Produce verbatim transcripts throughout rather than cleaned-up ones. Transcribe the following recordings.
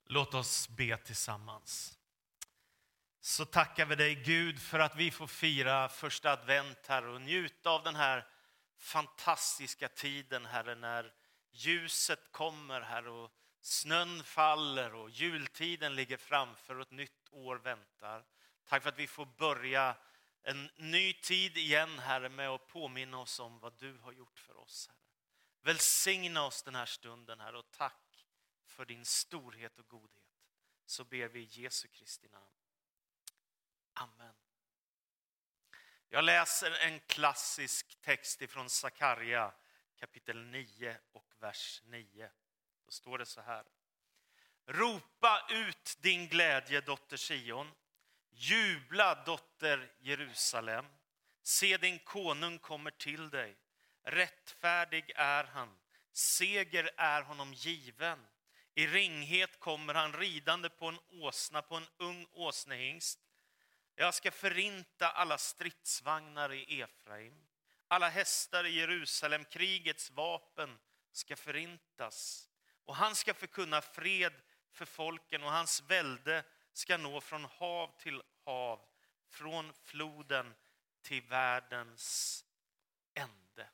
Låt oss be tillsammans. Så tackar vi dig Gud för att vi får fira första advent här och njuta av den här fantastiska tiden, Herre, när ljuset kommer här och snön faller och jultiden ligger framför och ett nytt år väntar. Tack för att vi får börja en ny tid igen, Herre, med att påminna oss om vad du har gjort för oss, Herre. Välsigna oss den här stunden, Herre, och tack för din storhet och godhet. Så ber vi i Jesu Kristi namn. Amen. Jag läser en klassisk text ifrån Sakarja kapitel nio och vers nio. Då står det så här. Ropa ut din glädje, dotter Sion. Jubla, dotter Jerusalem. Se, din konung kommer till dig. Rättfärdig är han. Seger är honom given. I ringhet kommer han ridande på en åsna, på en ung åsnehingst. Jag ska förinta alla stridsvagnar i Efraim. Alla hästar i Jerusalem, krigets vapen ska förintas. Och han ska förkunna fred för folken, och hans välde ska nå från hav till hav, från floden till världens ände.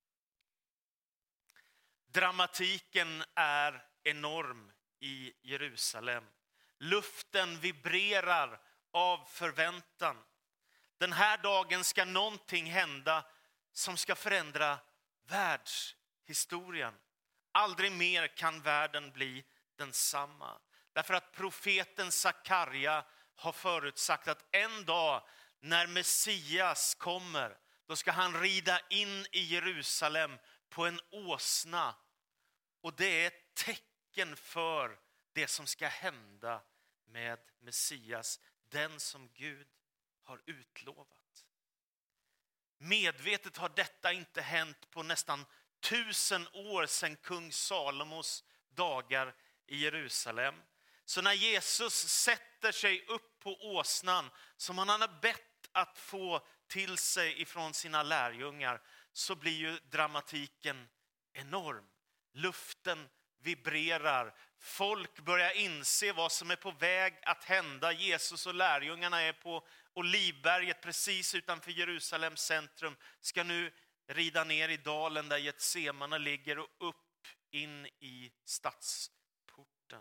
Dramatiken är enorm i Jerusalem. Luften vibrerar av förväntan. Den här dagen ska någonting hända som ska förändra världshistorien. Aldrig mer kan världen bli densamma. Därför att profeten Sakarja har förutsagt att en dag när Messias kommer, då ska han rida in i Jerusalem på en åsna. Och det är ett tecken för det som ska hända med Messias, den som Gud har utlovat. Medvetet har detta inte hänt på nästan tusen år sedan kung Salomos dagar i Jerusalem. Så när Jesus sätter sig upp på åsnan som han har bett att få till sig ifrån sina lärjungar, så blir ju dramatiken enorm. Luften vibrerar. Folk börjar inse vad som är på väg att hända. Jesus och lärjungarna är på Olivberget precis utanför Jerusalems centrum. Ska nu rida ner i dalen där Getsemane ligger och upp in i stadsporten.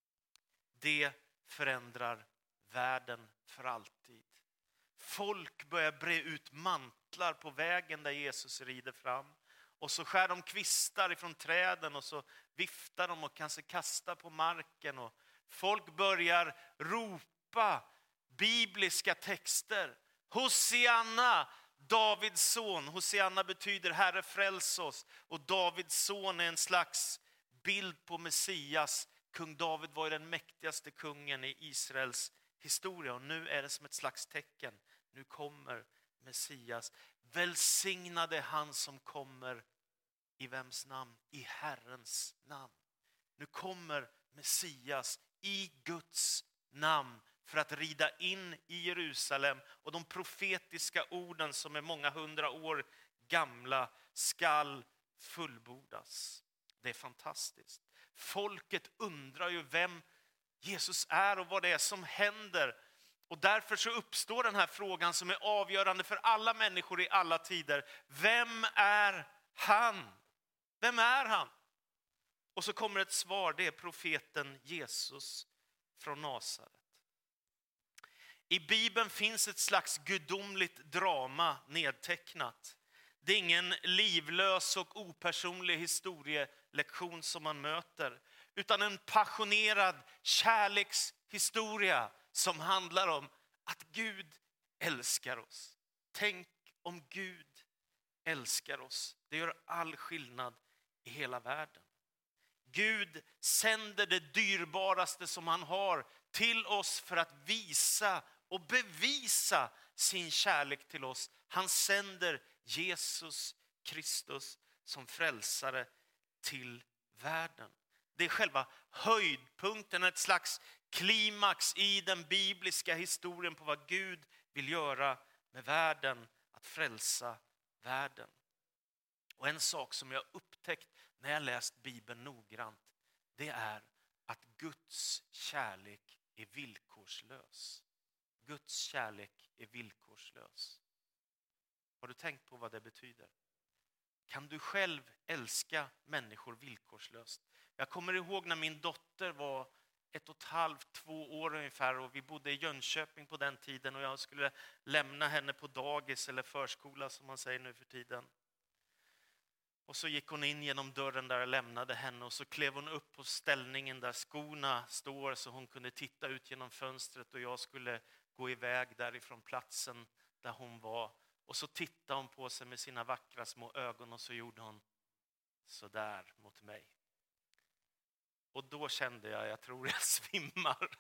Det förändrar världen för alltid. Folk börjar bre ut mantlar på vägen där Jesus rider fram. Och så skär de kvistar ifrån träden och så viftar de och kanske kastar på marken. Och folk börjar ropa bibliska texter. Hosianna, Davids son. Hosianna betyder Herre fräls oss. Och Davids son är en slags bild på Messias. Kung David var ju den mäktigaste kungen i Israels historia. Och nu är det som ett slags tecken. Nu kommer Messias. Välsignade han som kommer i vems namn? I Herrens namn. Nu kommer Messias i Guds namn för att rida in i Jerusalem. Och de profetiska orden som är många hundra år gamla skall fullbordas. Det är fantastiskt. Folket undrar ju vem Jesus är och vad det är som händer. Och därför så uppstår den här frågan som är avgörande för alla människor i alla tider. Vem är han? Vem är han? Och så kommer ett svar, det är profeten Jesus från Nasaret. I Bibeln finns ett slags gudomligt drama nedtecknat. Det är ingen livlös och opersonlig historielektion som man möter, utan en passionerad kärlekshistoria som handlar om att Gud älskar oss. Tänk om Gud älskar oss. Det gör all skillnad i hela världen. Gud sänder det dyrbaraste som han har till oss för att visa och bevisa sin kärlek till oss. Han sänder Jesus Kristus som frälsare till världen. Det är själva höjdpunkten, ett slags klimax i den bibliska historien på vad Gud vill göra med världen, att frälsa världen. Och en sak som jag upptäckt när jag läst Bibeln noggrant, det är att Guds kärlek är villkorslös. Guds kärlek är villkorslös. Har du tänkt på vad det betyder? Kan du själv älska människor villkorslöst? Jag kommer ihåg när min dotter var ett och ett halvt, två år ungefär, och vi bodde i Jönköping på den tiden, och jag skulle lämna henne på dagis eller förskola som man säger nu för tiden. Och så gick hon in genom dörren där och lämnade henne, och så klev hon upp på ställningen där skorna står så hon kunde titta ut genom fönstret, och jag skulle gå iväg därifrån platsen där hon var. Och så tittade hon på sig med sina vackra små ögon, och så gjorde hon så där mot mig. Och då kände jag, jag tror jag svimmar.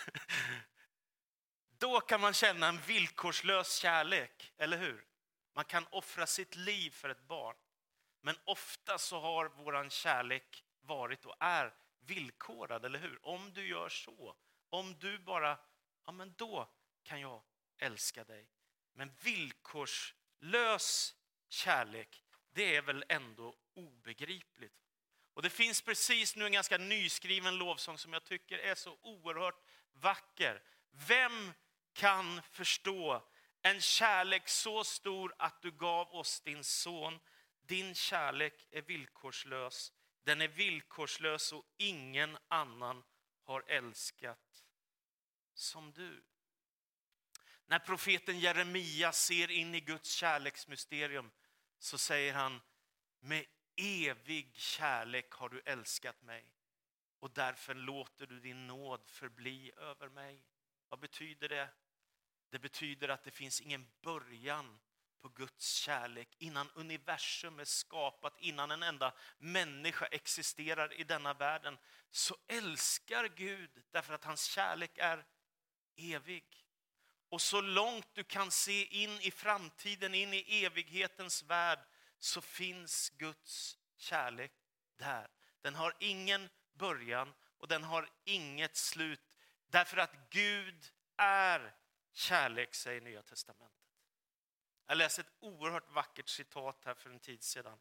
Då kan man känna en villkorslös kärlek, eller hur? Man kan offra sitt liv för ett barn. Men ofta så har våran kärlek varit och är villkorad, eller hur? Om du gör så, om du bara, ja men då kan jag älska dig. Men villkorslös kärlek, det är väl ändå obegripligt. Och det finns precis nu en ganska nyskriven lovsång som jag tycker är så oerhört vacker. Vem kan förstå en kärlek så stor att du gav oss din son? Din kärlek är villkorslös. Den är villkorslös och ingen annan har älskat som du. När profeten Jeremia ser in i Guds kärleksmysterium så säger han: med evig kärlek har du älskat mig, och därför låter du din nåd förbli över mig. Vad betyder det? Det betyder att det finns ingen början på Guds kärlek. Innan universum är skapat, innan en enda människa existerar i denna världen, så älskar Gud därför att hans kärlek är evig. Och så långt du kan se in i framtiden, in i evighetens värld, så finns Guds kärlek där. Den har ingen början och den har inget slut. Därför att Gud är kärlek, säger Nya testamentet. Jag läste ett oerhört vackert citat här för en tid sedan.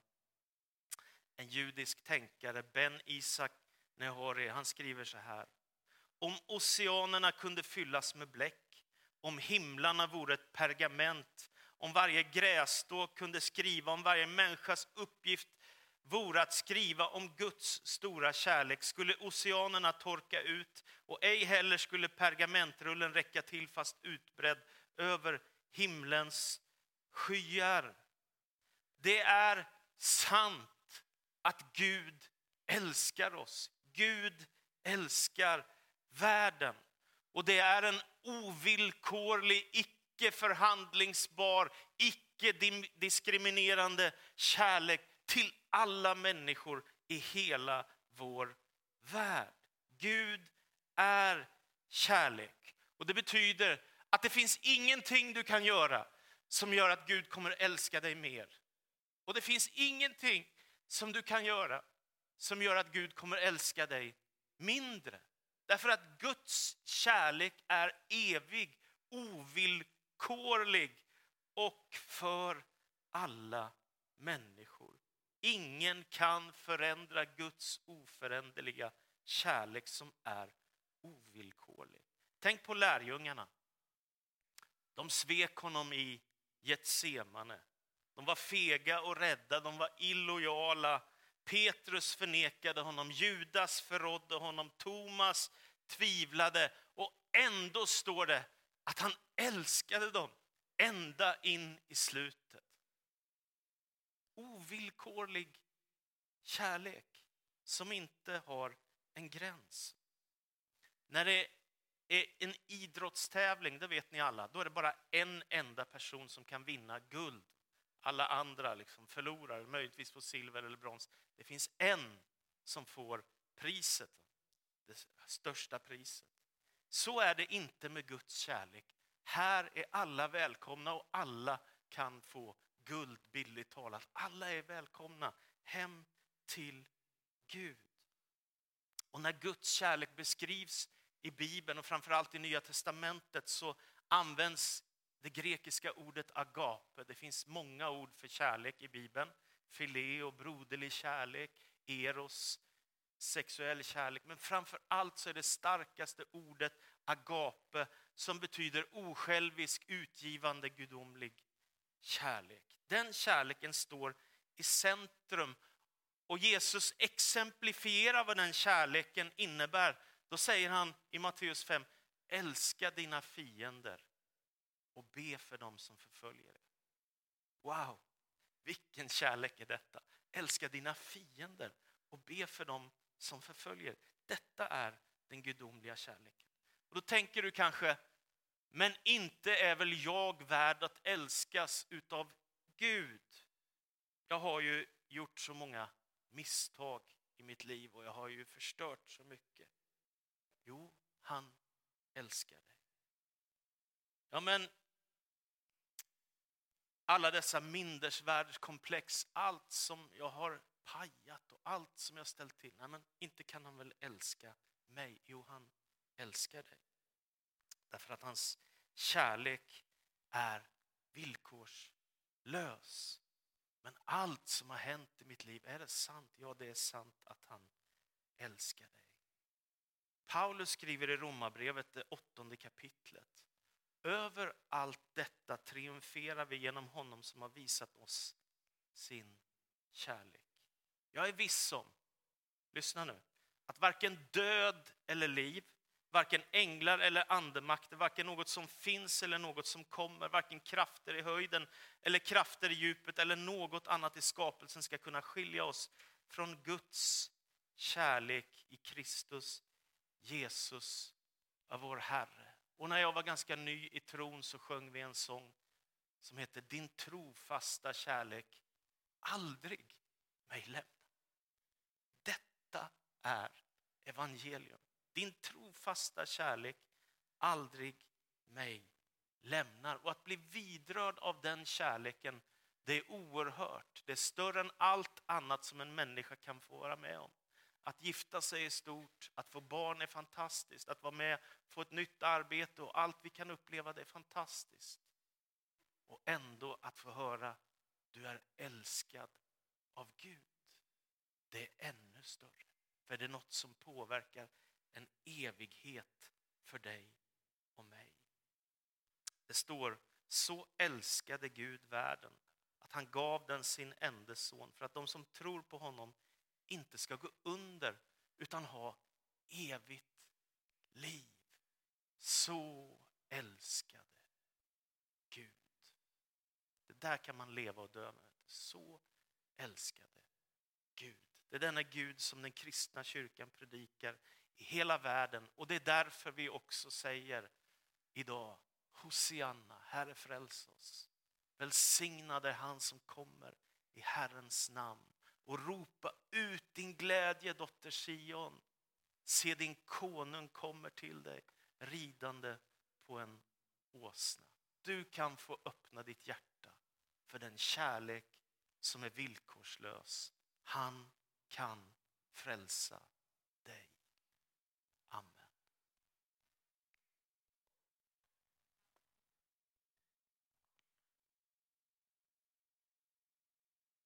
En judisk tänkare, Ben Isak Nehori, han skriver så här: om oceanerna kunde fyllas med bläck, om himlarna vore ett pergament, om varje grässtå kunde skriva, om varje människas uppgift vore att skriva om Guds stora kärlek, skulle oceanerna torka ut, och ej heller skulle pergamentrullen räcka till fast utbredd över himlens skyar. Det är sant att Gud älskar oss. Gud älskar världen. Och det är en ovillkorlig, icke förhandlingsbar, icke diskriminerande kärlek till alla människor i hela vår värld. Gud är kärlek. Och det betyder att det finns ingenting du kan göra som gör att Gud kommer älska dig mer. Och det finns ingenting som du kan göra som gör att Gud kommer älska dig mindre. Därför att Guds kärlek är evig, ovillkorlig och för alla människor. Ingen kan förändra Guds oföränderliga kärlek som är ovillkorlig. Tänk på lärjungarna. De svek honom i Getsemane. De var fega och rädda, de var illojala. Petrus förnekade honom, Judas förrådde honom, Thomas tvivlade, och ändå står det att han älskade dem ända in i slutet. Ovillkorlig kärlek som inte har en gräns. När det är en idrottstävling, det vet ni alla, då är det bara en enda person som kan vinna guld. Alla andra liksom förlorar, möjligtvis får silver eller brons. Det finns en som får priset, det största priset. Så är det inte med Guds kärlek. Här är alla välkomna och alla kan få guld, billigt talat. Alla är välkomna hem till Gud. Och när Guds kärlek beskrivs i Bibeln och framförallt i Nya testamentet, så används det grekiska ordet agape. Det finns många ord för kärlek i Bibeln. Filé och broderlig kärlek, eros. sexuell kärlek. Men framför allt så är det starkaste ordet agape, som betyder osjälvisk, utgivande, gudomlig kärlek. Den kärleken står i centrum. Och Jesus exemplifierar vad den kärleken innebär. Då säger han i Matteus fem, älska dina fiender och be för dem som förföljer dig. Wow, vilken kärlek är detta. Älska dina fiender och be för dem som förföljer. Detta är den gudomliga kärleken. Och då tänker du kanske, men inte är väl jag värd att älskas utav Gud? Jag har ju gjort så många misstag i mitt liv och jag har ju förstört så mycket. Jo, han älskar dig. Ja, men alla dessa mindersvärdeskomplex, allt som jag har pajat och allt som jag ställt till. Nej, men inte kan han väl älska mig? Jo, han älskar dig. Därför att hans kärlek är villkorslös. Men allt som har hänt i mitt liv, är det sant? Ja, det är sant att han älskar dig. Paulus skriver i Romarbrevet, det åttonde kapitlet. Över allt detta triumferar vi genom honom som har visat oss sin kärlek. Jag är viss om, lyssna nu, att varken död eller liv, varken änglar eller andemakter, varken något som finns eller något som kommer, varken krafter i höjden eller krafter i djupet eller något annat i skapelsen ska kunna skilja oss från Guds kärlek i Kristus Jesus av vår Herre. Och när jag var ganska ny i tron så sjöng vi en sång som heter Din trofasta kärlek aldrig mig lämna. Detta är evangelium. Din trofasta kärlek aldrig mig lämnar. Och att bli vidrörd av den kärleken, det är oerhört. Det är större än allt annat som en människa kan få vara med om. Att gifta sig är stort, att få barn är fantastiskt, att vara med, få ett nytt arbete och allt vi kan uppleva, det är fantastiskt. Och ändå att få höra, du är älskad av Gud. Det är ännu större. För det är något som påverkar en evighet för dig och mig. Det står, så älskade Gud världen att han gav den sin enda son för att de som tror på honom inte ska gå under utan ha evigt liv. Så älskade Gud. Det där kan man leva och dö med. Så älskade Gud. Det är denna Gud som den kristna kyrkan predikar i hela världen. Och det är därför vi också säger idag, Hosianna, Herre fräls oss. Välsignade han som kommer i Herrens namn. Och ropa ut din glädje, dotter Sion. Se, din konung kommer till dig ridande på en åsna. Du kan få öppna ditt hjärta för den kärlek som är villkorslös. Han kan frälsa